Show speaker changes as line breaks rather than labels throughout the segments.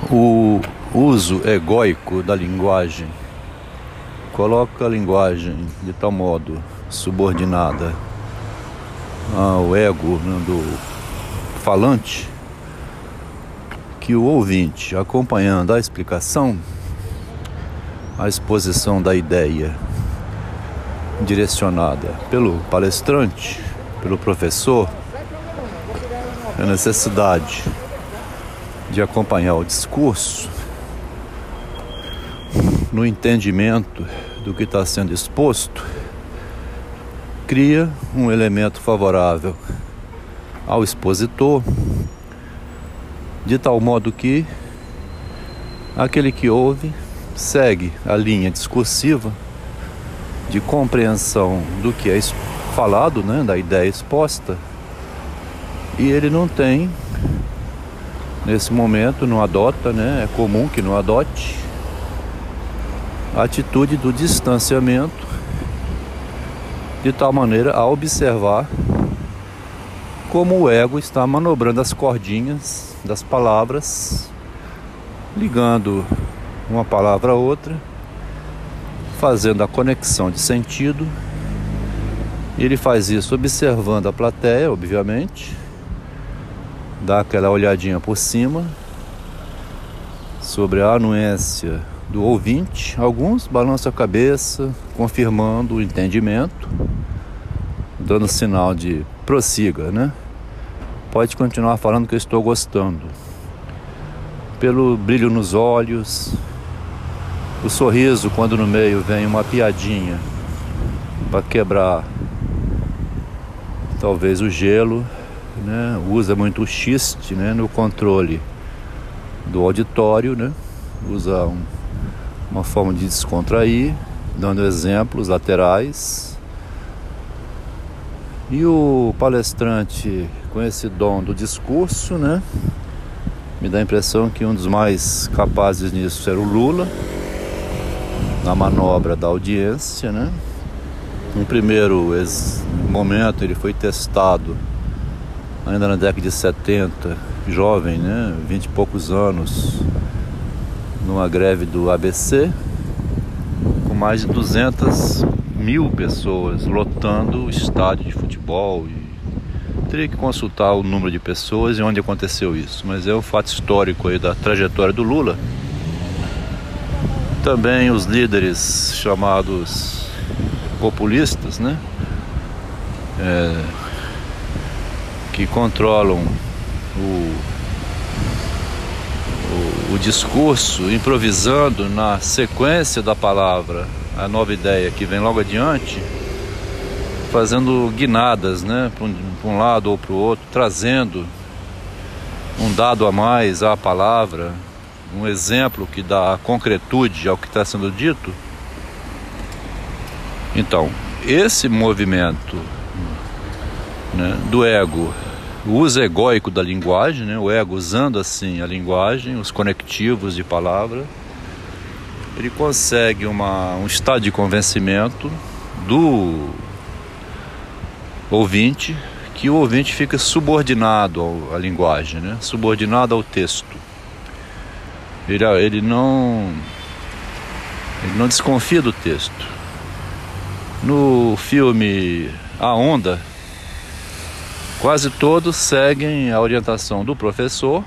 O uso egóico da linguagem coloca a linguagem de tal modo subordinada ao ego, né, do falante, que o ouvinte, acompanhando a explicação, a exposição da ideia direcionada pelo palestrante, pelo professor, a necessidade de acompanhar o discurso no entendimento do que está sendo exposto, cria um elemento favorável ao expositor, de tal modo que aquele que ouve segue a linha discursiva de compreensão do que é falado, né, da ideia exposta, e ele não tem, nesse momento, não adota, né, é comum que não adote a atitude do distanciamento, de tal maneira a observar como o ego está manobrando as cordinhas das palavras, ligando uma palavra a outra, fazendo a conexão de sentido. Ele faz isso observando a plateia, obviamente, dá aquela olhadinha por cima sobre a anuência do ouvinte. Alguns balançam a cabeça, confirmando o entendimento, dando sinal de prossiga, né? Pode continuar falando que eu estou gostando. Pelo brilho nos olhos, o sorriso quando no meio vem uma piadinha para quebrar talvez o gelo, né? Usa muito o xiste, né, no controle do auditório, né? Usa uma forma de descontrair, dando exemplos laterais. E o palestrante, com esse dom do discurso, né, me dá a impressão que um dos mais capazes nisso era o Lula, na manobra da audiência, né? No primeiro momento ele foi testado ainda na década de 70, jovem, né, 20 e poucos anos, numa greve do ABC, com mais de 200 mil pessoas lotando o estádio de futebol. E teria que consultar o número de pessoas e onde aconteceu isso, mas é um fato histórico aí da trajetória do Lula. Também os líderes chamados populistas, né, que controlam o discurso, improvisando na sequência da palavra a nova ideia que vem logo adiante, fazendo guinadas, né, para um lado ou para o outro, trazendo um dado a mais à palavra, um exemplo que dá a concretude ao que está sendo dito. Então, esse movimento, né, do ego, o uso egóico da linguagem, né, o ego usando assim a linguagem, os conectivos de palavra, ele consegue um estado de convencimento do ouvinte, que o ouvinte fica subordinado à linguagem, né, subordinado ao texto. Ele não desconfia do texto. No filme A Onda, quase todos seguem a orientação do professor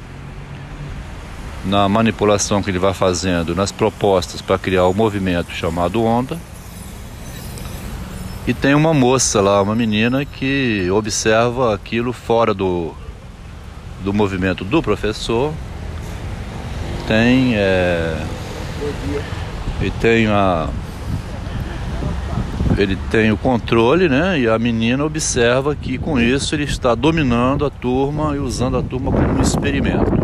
na manipulação que ele vai fazendo nas propostas para criar o movimento chamado onda. E tem uma moça lá, uma menina, que observa aquilo fora do movimento do professor. Ele tem o controle, né? E a menina observa que com isso ele está dominando a turma e usando a turma como um experimento.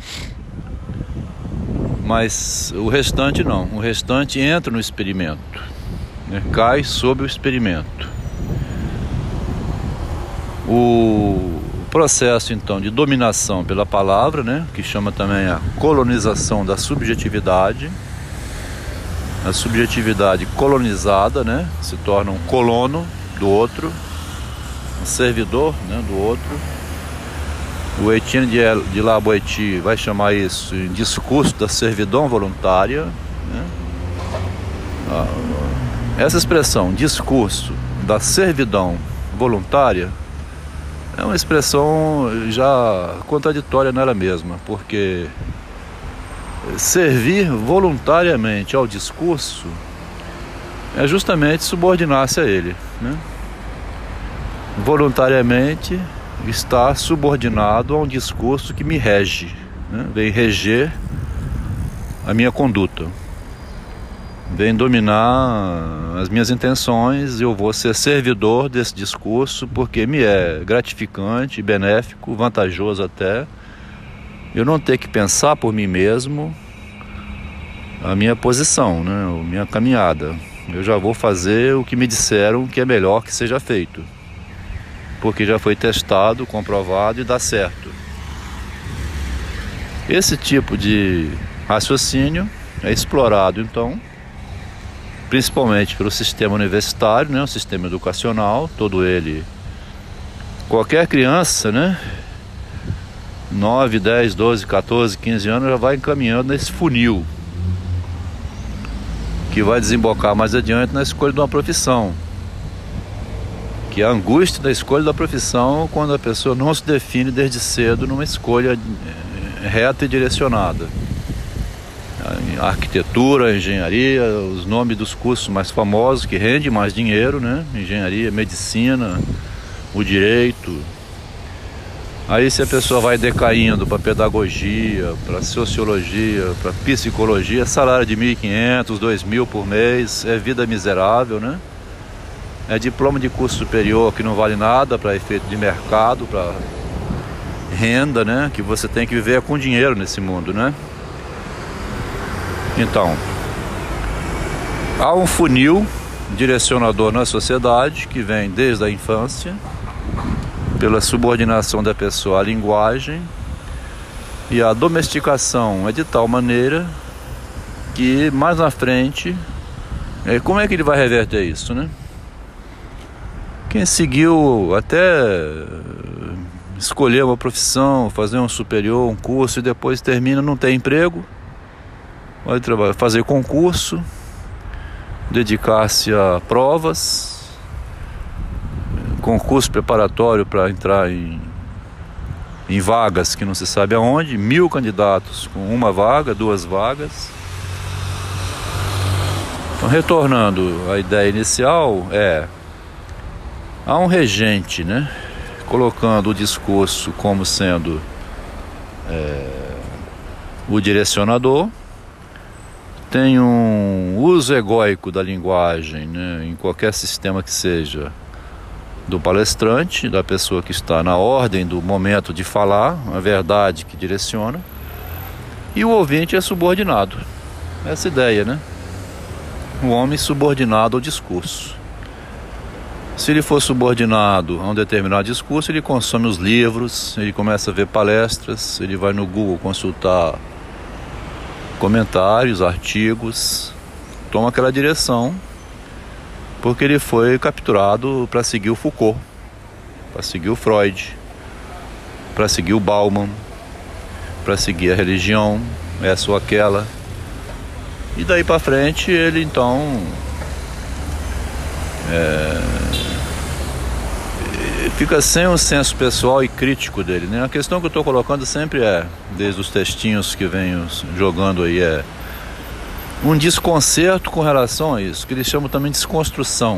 Mas o restante não. O restante entra no experimento, né? Cai sob o experimento. O processo então de dominação pela palavra, né, que chama também a colonização da subjetividade. A subjetividade colonizada, né, se torna um colono do outro, um servidor, né, do outro. O Etienne de La Boétie vai chamar isso em discurso da servidão voluntária, né? Essa expressão, discurso da servidão voluntária, é uma expressão já contraditória nela mesma, porque servir voluntariamente ao discurso é justamente subordinar-se a ele, né? Voluntariamente estar subordinado a um discurso que me rege, né? Vem reger a minha conduta, vem dominar as minhas intenções. Eu vou ser servidor desse discurso porque me é gratificante, benéfico, vantajoso até eu não ter que pensar por mim mesmo a minha posição, né? A minha caminhada. Eu já vou fazer o que me disseram que é melhor que seja feito, porque já foi testado, comprovado e dá certo. Esse tipo de raciocínio é explorado, então, principalmente pelo sistema universitário, né? O sistema educacional, todo ele. Qualquer criança, né? 9, 10, 12, 14, 15 anos já vai encaminhando nesse funil que vai desembocar mais adiante na escolha de uma profissão, que é a angústia da escolha da profissão quando a pessoa não se define desde cedo numa escolha reta e direcionada. A arquitetura, a engenharia, os nomes dos cursos mais famosos que rendem mais dinheiro, né? Engenharia, medicina, o direito. Aí se a pessoa vai decaindo para pedagogia, para sociologia, para psicologia, salário de 1.500, 2.000 por mês, é vida miserável, né? É diploma de curso superior que não vale nada para efeito de mercado, para renda, né? Que você tem que viver com dinheiro nesse mundo, né? Então, há um funil direcionador na sociedade que vem desde a infância, pela subordinação da pessoa à linguagem, e a domesticação é de tal maneira que mais na frente, como é que ele vai reverter isso, né? Quem seguiu até escolher uma profissão, fazer um superior, um curso e depois termina, não tem emprego, vai fazer concurso, dedicar-se a provas, concurso preparatório para entrar em vagas que não se sabe aonde, 1.000 candidatos com uma vaga, 2 vagas. Então, retornando à ideia inicial, há um regente, né, colocando o discurso como sendo o direcionador. Tem um uso egóico da linguagem, né, em qualquer sistema que seja, do palestrante, da pessoa que está na ordem do momento de falar, a verdade que direciona, e o ouvinte é subordinado. Essa ideia, né? O homem subordinado ao discurso. Se ele for subordinado a um determinado discurso, ele consome os livros, ele começa a ver palestras, ele vai no Google consultar comentários, artigos, toma aquela direção, porque ele foi capturado para seguir o Foucault, para seguir o Freud, para seguir o Bauman, para seguir a religião, essa ou aquela. E daí para frente ele então fica sem o senso pessoal e crítico dele, né? A questão que eu estou colocando sempre desde os textinhos que venho jogando aí, um desconcerto com relação a isso, que eles chamam também de desconstrução,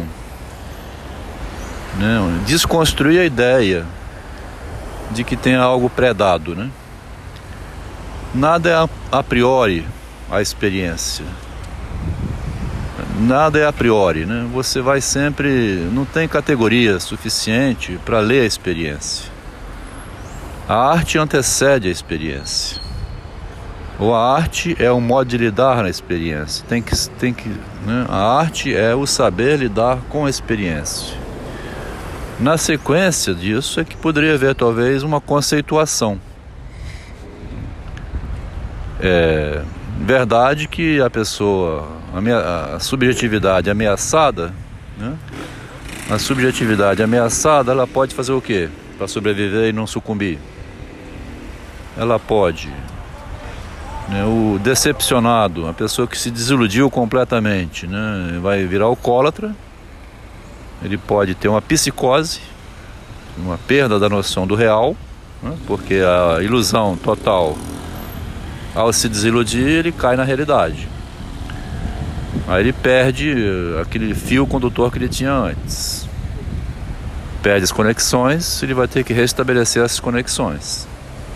né? Desconstruir a ideia de que tem algo predado, né? Nada é a priori a experiência, nada é a priori, né? Você vai sempre, não tem categoria suficiente para ler a experiência. A arte antecede a experiência. Ou a arte é um modo de lidar na experiência. Né? A arte é o saber lidar com a experiência. Na sequência disso é que poderia haver talvez uma conceituação. É verdade que a pessoa, a subjetividade ameaçada, né? A subjetividade ameaçada, ela pode fazer o quê para sobreviver e não sucumbir? ela pode, né, o decepcionado, a pessoa que se desiludiu completamente, né, vai virar alcoólatra. Ele pode ter uma psicose, uma perda da noção do real, né, porque a ilusão total, ao se desiludir, ele cai na realidade. Aí ele perde aquele fio condutor que ele tinha antes. Perde as conexões, ele vai ter que restabelecer essas conexões.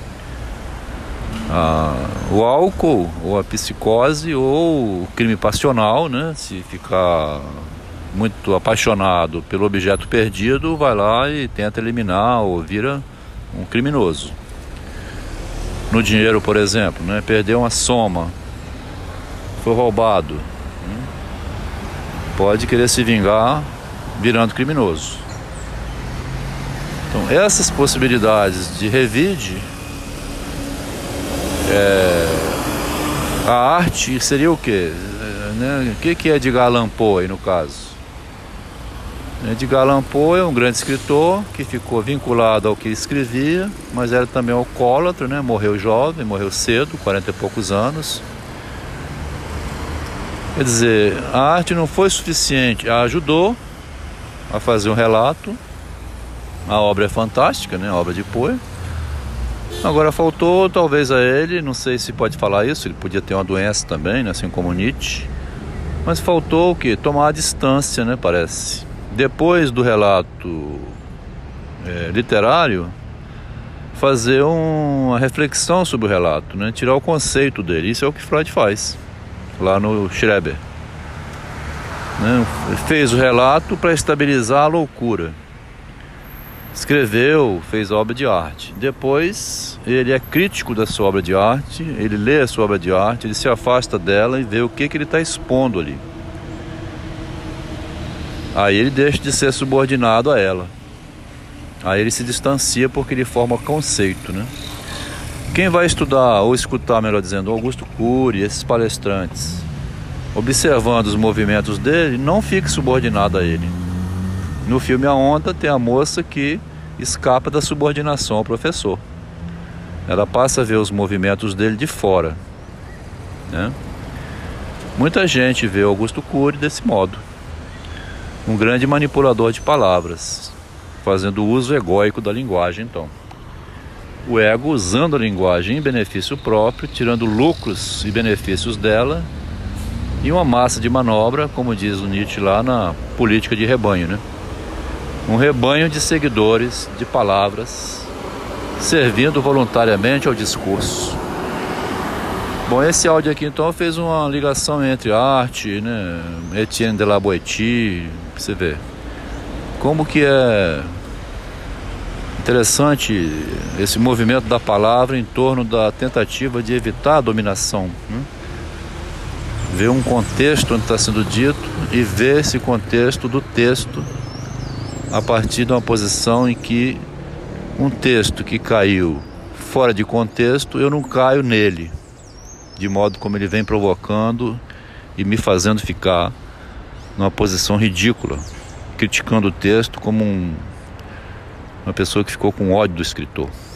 O álcool, ou a psicose, ou o crime passional, né? Se ficar muito apaixonado pelo objeto perdido, vai lá e tenta eliminar ou vira um criminoso. No dinheiro, por exemplo, né? Perdeu uma soma, foi roubado, né? Pode querer se vingar virando criminoso. Então, essas possibilidades de revide, a arte seria o quê? Né? O que é Edgar Allan Poe aí no caso? Edgar Allan Poe é um grande escritor que ficou vinculado ao que escrevia, mas era também alcoólatra, né? Morreu jovem, morreu cedo, 40 e poucos anos. Quer dizer, a arte não foi suficiente, ajudou a fazer um relato. A obra é fantástica, né? A obra de Poe. Agora faltou talvez a ele, não sei se pode falar isso, ele podia ter uma doença também, né? Assim como Nietzsche. Mas faltou o quê? Tomar a distância, né? Parece. Depois do relato literário, fazer uma reflexão sobre o relato, né? Tirar o conceito dele. Isso é o que Freud faz lá no Schreber, né? Fez o relato para estabilizar a loucura. Escreveu, fez obra de arte. Depois ele é crítico da sua obra de arte, ele lê a sua obra de arte, ele se afasta dela e vê o que ele está expondo ali. Aí ele deixa de ser subordinado a ela. Aí ele se distancia porque ele forma conceito, né? Quem vai estudar, ou escutar, melhor dizendo, Augusto Cury, esses palestrantes, observando os movimentos dele, não fique subordinado a ele. No filme A Onda tem a moça que escapa da subordinação ao professor. Ela passa a ver os movimentos dele de fora, né? Muita gente vê Augusto Cury desse modo. Um grande manipulador de palavras, fazendo uso egóico da linguagem, então. O ego usando a linguagem em benefício próprio, tirando lucros e benefícios dela, e uma massa de manobra, como diz o Nietzsche lá na política de rebanho, né? Um rebanho de seguidores, de palavras, servindo voluntariamente ao discurso. Bom, esse áudio aqui então fez uma ligação entre arte, né, Etienne de la Boétie, pra você ver como que é interessante esse movimento da palavra em torno da tentativa de evitar a dominação, né? Ver um contexto onde está sendo dito e ver esse contexto do texto a partir de uma posição em que um texto que caiu fora de contexto, eu não caio nele, de modo como ele vem provocando e me fazendo ficar numa posição ridícula, criticando o texto como uma pessoa que ficou com ódio do escritor.